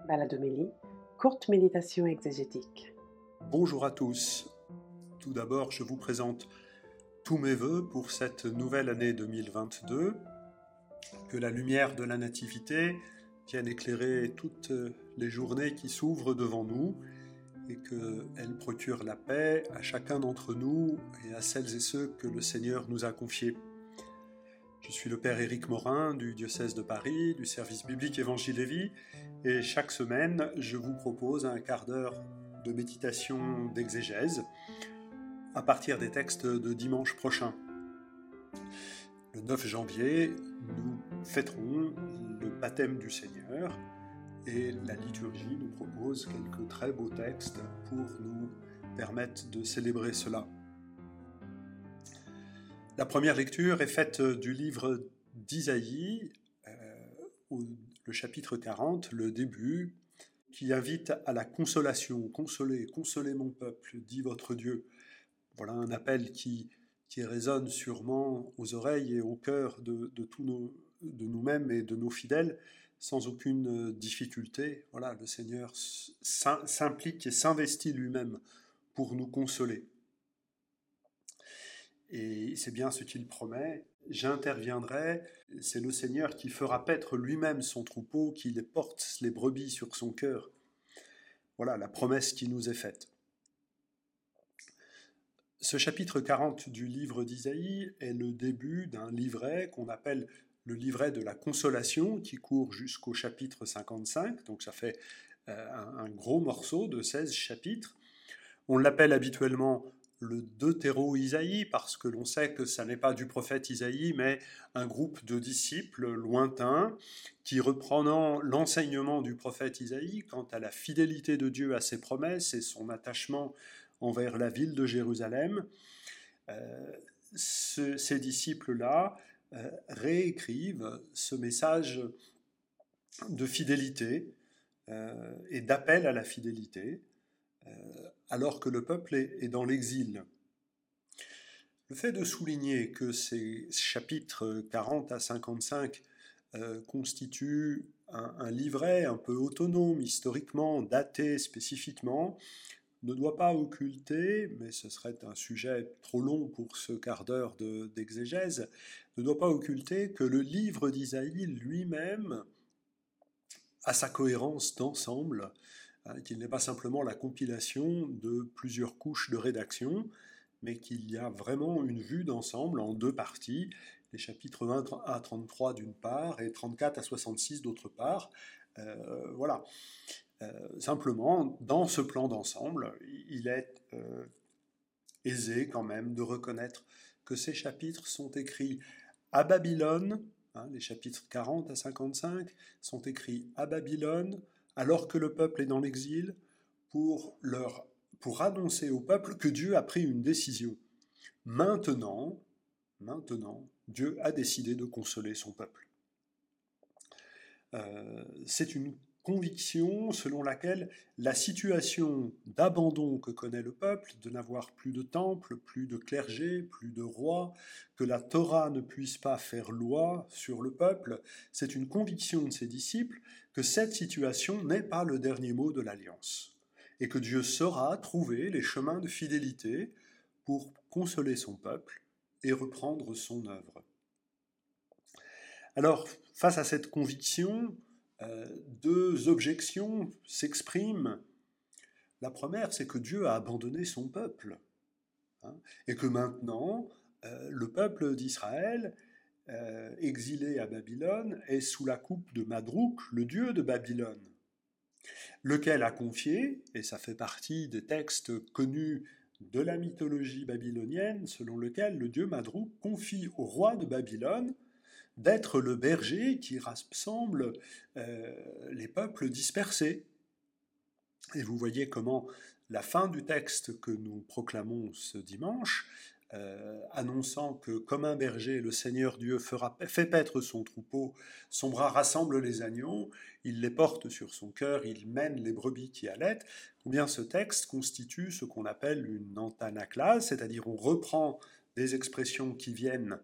Baladomélie, courte méditation exégétique. Bonjour à tous. Tout d'abord, je vous présente tous mes vœux pour cette nouvelle année 2022. Que la lumière de la Nativité vienne éclairer toutes les journées qui s'ouvrent devant nous et qu'elle procure la paix à chacun d'entre nous et à celles et ceux que le Seigneur nous a confiés. Je suis le Père Éric Morin du diocèse de Paris, du service biblique Évangile et Vie, et chaque semaine, je vous propose un quart d'heure de méditation d'exégèse à partir des textes de dimanche prochain. Le 9 janvier, nous fêterons le baptême du Seigneur et la liturgie nous propose quelques très beaux textes pour nous permettre de célébrer cela. La première lecture est faite du livre d'Isaïe, le chapitre 40, le début, qui invite à la consolation. Consolez, consolez mon peuple, dit votre Dieu. Voilà un appel qui résonne sûrement aux oreilles et au cœur de nous-mêmes et de nos fidèles, sans aucune difficulté. Voilà, le Seigneur s'implique et s'investit lui-même pour nous consoler. Et c'est bien ce qu'il promet. J'interviendrai, c'est le Seigneur qui fera paître lui-même son troupeau, qui les porte les brebis sur son cœur. Voilà la promesse qui nous est faite. Ce chapitre 40 du livre d'Isaïe est le début d'un livret qu'on appelle le livret de la consolation, qui court jusqu'au chapitre 55, donc ça fait un gros morceau de 16 chapitres. On l'appelle habituellement le Deutéro-Isaïe, parce que l'on sait que ça n'est pas du prophète Isaïe, mais un groupe de disciples lointains qui, reprenant l'enseignement du prophète Isaïe quant à la fidélité de Dieu à ses promesses et son attachement envers la ville de Jérusalem, ces disciples-là réécrivent ce message de fidélité et d'appel à la fidélité, alors que le peuple est dans l'exil. Le fait de souligner que ces chapitres 40 à 55 constituent un livret un peu autonome, historiquement, daté spécifiquement, ne doit pas occulter, mais ce serait un sujet trop long pour ce quart d'heure d'exégèse, ne doit pas occulter que le livre d'Isaïe lui-même a sa cohérence d'ensemble, qu'il n'est pas simplement la compilation de plusieurs couches de rédaction, mais qu'il y a vraiment une vue d'ensemble en deux parties, les chapitres 20 à 33 d'une part et 34 à 66 d'autre part. Voilà. Simplement, dans ce plan d'ensemble, il est aisé quand même de reconnaître que ces chapitres sont écrits à Babylone, les chapitres 40 à 55 sont écrits à Babylone, alors que le peuple est dans l'exil, pour annoncer au peuple que Dieu a pris une décision. Maintenant, Dieu a décidé de consoler son peuple. C'est une conviction selon laquelle la situation d'abandon que connaît le peuple, de n'avoir plus de temple, plus de clergé, plus de roi, que la Torah ne puisse pas faire loi sur le peuple, c'est une conviction de ses disciples que cette situation n'est pas le dernier mot de l'alliance, et que Dieu saura trouver les chemins de fidélité pour consoler son peuple et reprendre son œuvre. Alors, face à cette conviction, deux objections s'expriment. La première, c'est que Dieu a abandonné son peuple, et que maintenant, le peuple d'Israël, exilé à Babylone, est sous la coupe de Madrouk, le dieu de Babylone, lequel a confié, et ça fait partie des textes connus de la mythologie babylonienne, selon lequel le dieu Madrouk confie au roi de Babylone d'être le berger qui rassemble les peuples dispersés. Et vous voyez comment la fin du texte que nous proclamons ce dimanche, annonçant que comme un berger, le Seigneur Dieu fait paître son troupeau, son bras rassemble les agneaux, il les porte sur son cœur, il mène les brebis qui allaitent, ou bien ce texte constitue ce qu'on appelle une antanaclase, c'est-à-dire on reprend des expressions qui viennent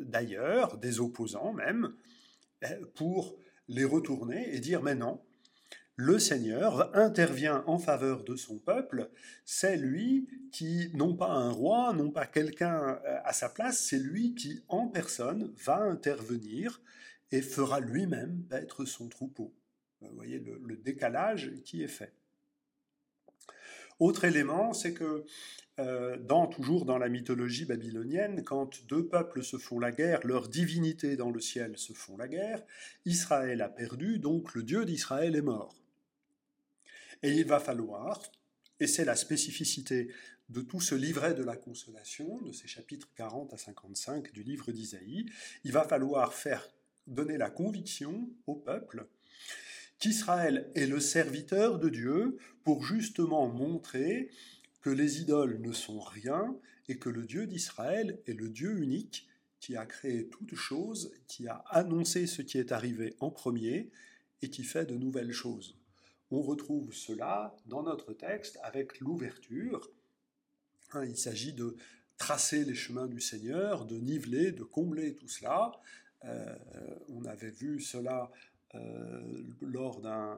d'ailleurs, des opposants même, pour les retourner et dire mais non, Le Seigneur intervient en faveur de son peuple, c'est lui qui, non pas un roi, non pas quelqu'un à sa place, c'est lui qui, en personne, va intervenir et fera lui-même paître son troupeau. Vous voyez le décalage qui est fait. Autre élément, c'est que toujours dans la mythologie babylonienne, quand deux peuples se font la guerre, leurs divinités dans le ciel se font la guerre, Israël a perdu, donc le Dieu d'Israël est mort. Et il va falloir, et c'est la spécificité de tout ce livret de la consolation, de ces chapitres 40 à 55 du livre d'Isaïe, il va falloir donner la conviction au peuple qu'Israël est le serviteur de Dieu pour justement montrer que les idoles ne sont rien et que le Dieu d'Israël est le Dieu unique qui a créé toutes choses, qui a annoncé ce qui est arrivé en premier et qui fait de nouvelles choses. On retrouve cela dans notre texte avec l'ouverture. Il s'agit de tracer les chemins du Seigneur, de niveler, de combler tout cela. On avait vu cela lors d'un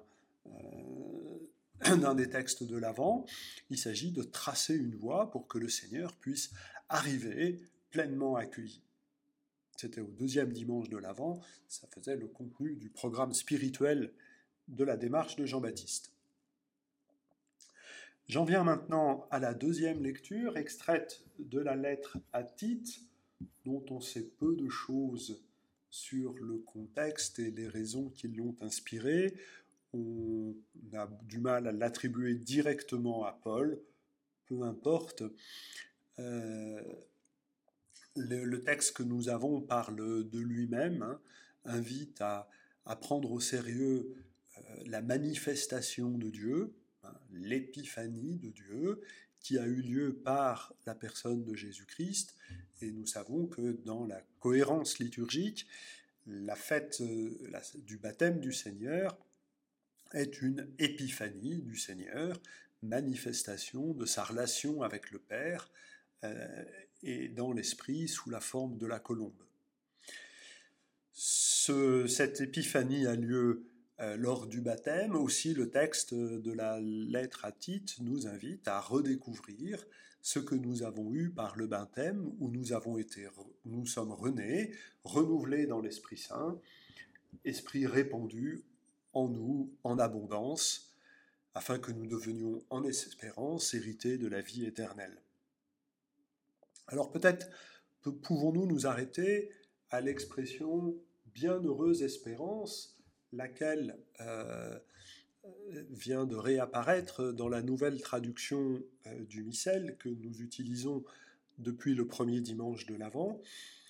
des textes de l'Avent. Il s'agit de tracer une voie pour que le Seigneur puisse arriver pleinement accueilli. C'était au deuxième dimanche de l'Avent, ça faisait le contenu du programme spirituel de la démarche de Jean-Baptiste. J'en viens maintenant à la deuxième lecture, extraite de la lettre à Tite, dont on sait peu de choses sur le contexte et les raisons qui l'ont inspiré. On a du mal à l'attribuer directement à Paul, peu importe. Le texte que nous avons parle de lui-même, invite à prendre au sérieux la manifestation de Dieu, l'épiphanie de Dieu, qui a eu lieu par la personne de Jésus-Christ. Et nous savons que dans la cohérence liturgique, la fête du baptême du Seigneur est une épiphanie du Seigneur, manifestation de sa relation avec le Père et dans l'esprit sous la forme de la colombe. Cette épiphanie a lieu lors du baptême. Aussi, le texte de la lettre à Tite nous invite à redécouvrir ce que nous avons eu par le baptême, où nous sommes renés, renouvelés dans l'Esprit Saint, esprit répandu en nous en abondance, afin que nous devenions en espérance hérités de la vie éternelle. Alors peut-être pouvons-nous nous arrêter à l'expression « bienheureuse espérance », laquelle vient de réapparaître dans la nouvelle traduction du Missel que nous utilisons depuis le premier dimanche de l'Avent.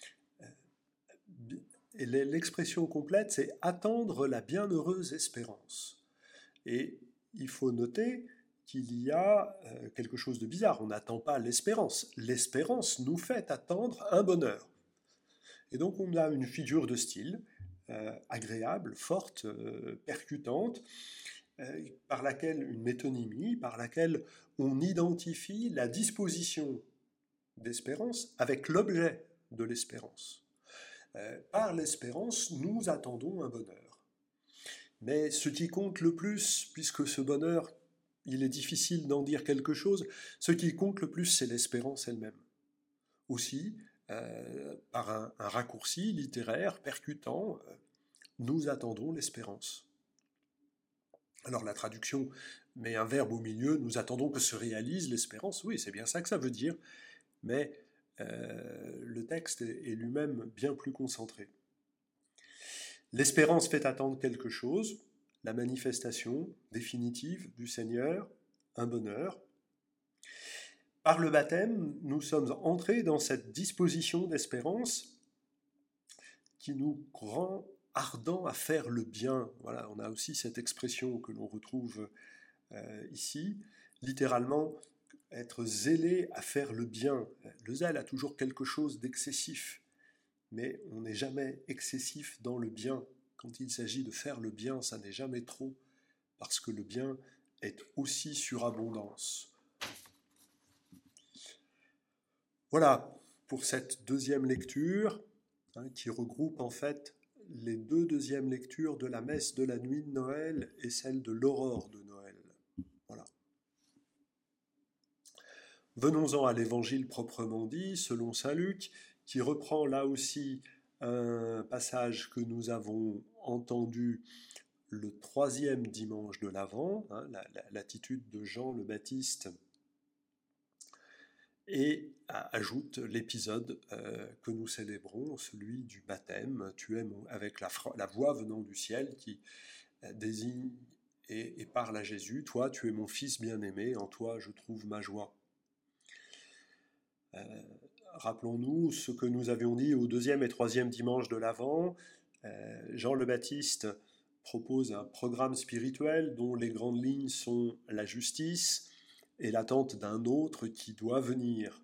Et l'expression complète, c'est « attendre la bienheureuse espérance ». Et il faut noter qu'il y a quelque chose de bizarre. On n'attend pas l'espérance. L'espérance nous fait attendre un bonheur. Et donc on a une figure de style agréable, forte, percutante, par laquelle une métonymie, par laquelle on identifie la disposition d'espérance avec l'objet de l'espérance. Par l'espérance, nous attendons un bonheur. Mais ce qui compte le plus, puisque ce bonheur, il est difficile d'en dire quelque chose, ce qui compte le plus, c'est l'espérance elle-même. Aussi, par un raccourci littéraire percutant, nous attendons l'espérance. Alors la traduction met un verbe au milieu, nous attendons que se réalise l'espérance, oui, c'est bien ça que ça veut dire, mais le texte est lui-même bien plus concentré. L'espérance fait attendre quelque chose, la manifestation définitive du Seigneur, un bonheur. Par le baptême, nous sommes entrés dans cette disposition d'espérance qui nous rend ardents à faire le bien. Voilà, on a aussi cette expression que l'on retrouve ici, littéralement, être zélé à faire le bien. Le zèle a toujours quelque chose d'excessif, mais on n'est jamais excessif dans le bien. Quand il s'agit de faire le bien, ça n'est jamais trop, parce que le bien est aussi surabondance. Voilà pour cette deuxième lecture, qui regroupe en fait les deux deuxièmes lectures de la messe de la nuit de Noël et celle de l'aurore de Noël. Voilà. Venons-en à l'évangile proprement dit, selon saint Luc, qui reprend là aussi un passage que nous avons entendu le troisième dimanche de l'Avent, hein, l'attitude de Jean le Baptiste, et ajoute l'épisode que nous célébrons, celui du baptême. Tu es avec la voix venant du ciel qui désigne et parle à Jésus. Toi, tu es mon fils bien-aimé, en toi je trouve ma joie. Rappelons-nous ce que nous avions dit au deuxième et troisième dimanche de l'Avent. Jean le Baptiste propose un programme spirituel dont les grandes lignes sont la justice et l'attente d'un autre qui doit venir.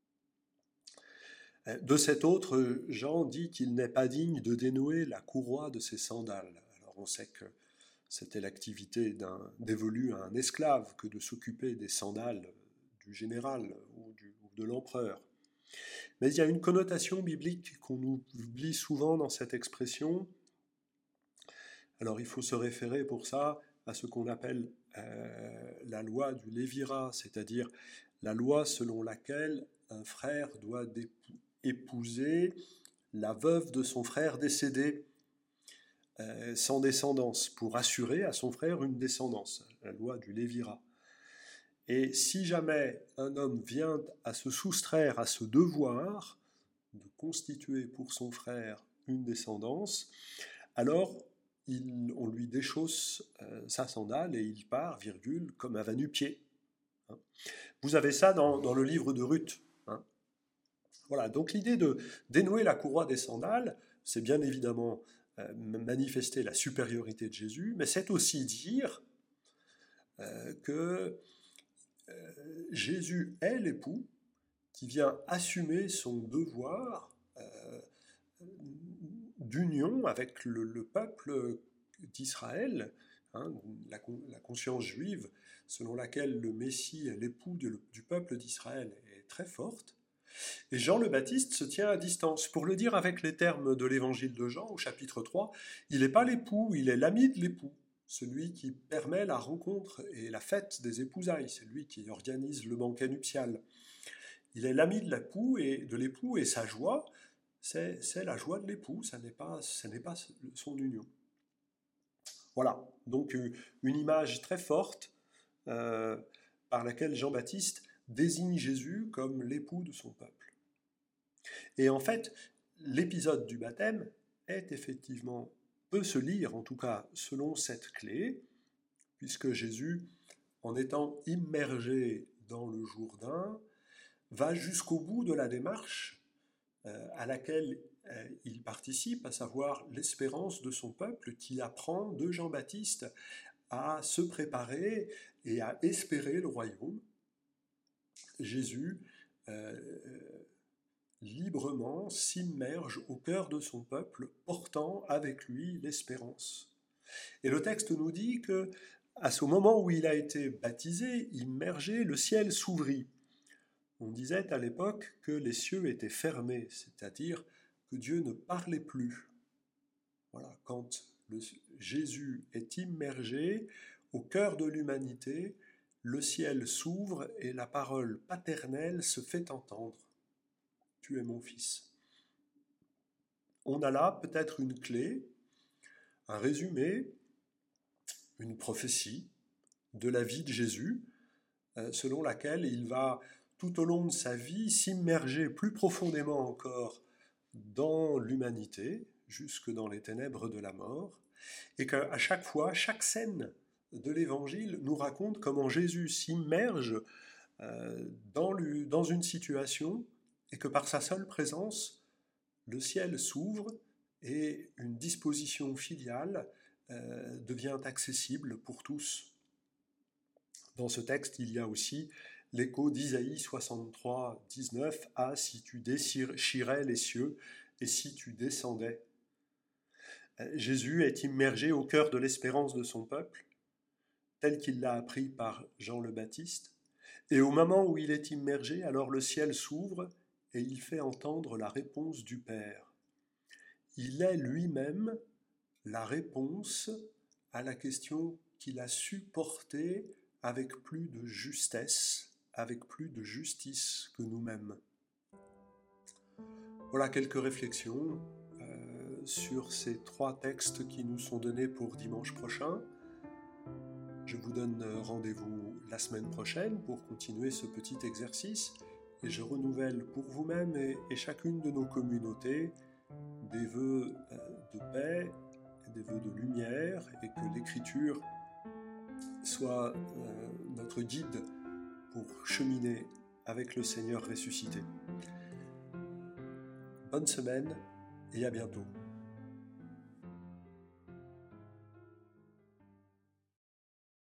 De cet autre, Jean dit qu'il n'est pas digne de dénouer la courroie de ses sandales. Alors on sait que c'était l'activité dévolue à un esclave que de s'occuper des sandales du général ou de l'empereur. Mais il y a une connotation biblique qu'on oublie souvent dans cette expression. Alors il faut se référer pour ça à ce qu'on appelle la loi du Lévirat, c'est-à-dire la loi selon laquelle un frère doit épouser la veuve de son frère décédé sans descendance, pour assurer à son frère une descendance, la loi du Lévirat. Et si jamais un homme vient à se soustraire à ce devoir de constituer pour son frère une descendance, alors on lui déchausse sa sandale et il part, virgule, comme un va-nu-pieds. Vous avez ça dans le livre de Ruth. Voilà, donc l'idée de dénouer la courroie des sandales, c'est bien évidemment manifester la supériorité de Jésus, mais c'est aussi dire que Jésus est l'époux qui vient assumer son devoir d'union avec le peuple d'Israël, hein, la conscience juive selon laquelle le Messie est l'époux du peuple d'Israël est très forte. Et Jean le Baptiste se tient à distance. Pour le dire avec les termes de l'évangile de Jean au chapitre 3, il n'est pas l'époux, il est l'ami de l'époux, celui qui permet la rencontre et la fête des épousailles, c'est lui qui organise le banquet nuptial. Il est l'ami de l'époux et sa joie, c'est la joie de l'époux, ce n'est pas son union. Voilà, donc une image très forte par laquelle Jean-Baptiste désigne Jésus comme l'époux de son peuple. Et en fait, l'épisode du baptême peut se lire, en tout cas selon cette clé, puisque Jésus, en étant immergé dans le Jourdain, va jusqu'au bout de la démarche à laquelle il participe, à savoir l'espérance de son peuple qui apprend de Jean-Baptiste à se préparer et à espérer le royaume. Jésus librement s'immerge au cœur de son peuple, portant avec lui l'espérance. Et le texte nous dit que, à ce moment où il a été baptisé, immergé, le ciel s'ouvrit. On disait à l'époque que les cieux étaient fermés, c'est-à-dire que Dieu ne parlait plus. Voilà, quand Jésus est immergé au cœur de l'humanité, le ciel s'ouvre et la parole paternelle se fait entendre. Tu es mon fils. On a là peut-être une clé, un résumé, une prophétie de la vie de Jésus, selon laquelle il va tout au long de sa vie s'immerger plus profondément encore dans l'humanité, jusque dans les ténèbres de la mort, et qu'à chaque fois, chaque scène de l'Évangile nous raconte comment Jésus s'immerge dans une situation et que par sa seule présence, le ciel s'ouvre et une disposition filiale devient accessible pour tous. Dans ce texte, il y a aussi l'écho d'Isaïe 63, 19 « Ah, si tu déchirais les cieux et si tu descendais ». Jésus est immergé au cœur de l'espérance de son peuple, tel qu'il l'a appris par Jean le Baptiste, et au moment où il est immergé, alors le ciel s'ouvre et il fait entendre la réponse du Père. il est lui-même la réponse à la question qu'il a su porter avec plus de justesse, avec plus de justice que nous-mêmes. Voilà quelques réflexions sur ces 3 textes qui nous sont donnés pour dimanche prochain. Je vous donne rendez-vous la semaine prochaine pour continuer ce petit exercice et je renouvelle pour vous-même et chacune de nos communautés des vœux de paix, des vœux de lumière et que l'Écriture soit notre guide pour cheminer avec le Seigneur ressuscité. Bonne semaine et à bientôt.